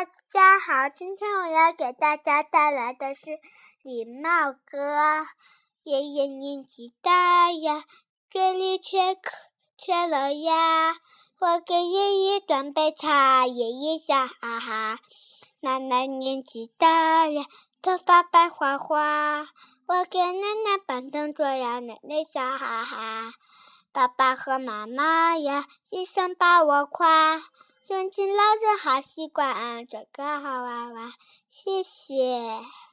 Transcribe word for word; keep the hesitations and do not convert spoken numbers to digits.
大家好，今天我要给大家带来的是礼貌歌。爷爷年纪大呀，嘴里却渴缺了牙。我给爷爷端杯茶，爷爷笑哈哈。奶奶年纪大呀，头发白花花。我给奶奶搬凳坐呀，奶奶笑哈哈。爸爸和妈妈呀，经常把我夸。尊敬老人好习惯，做个好娃娃，谢谢。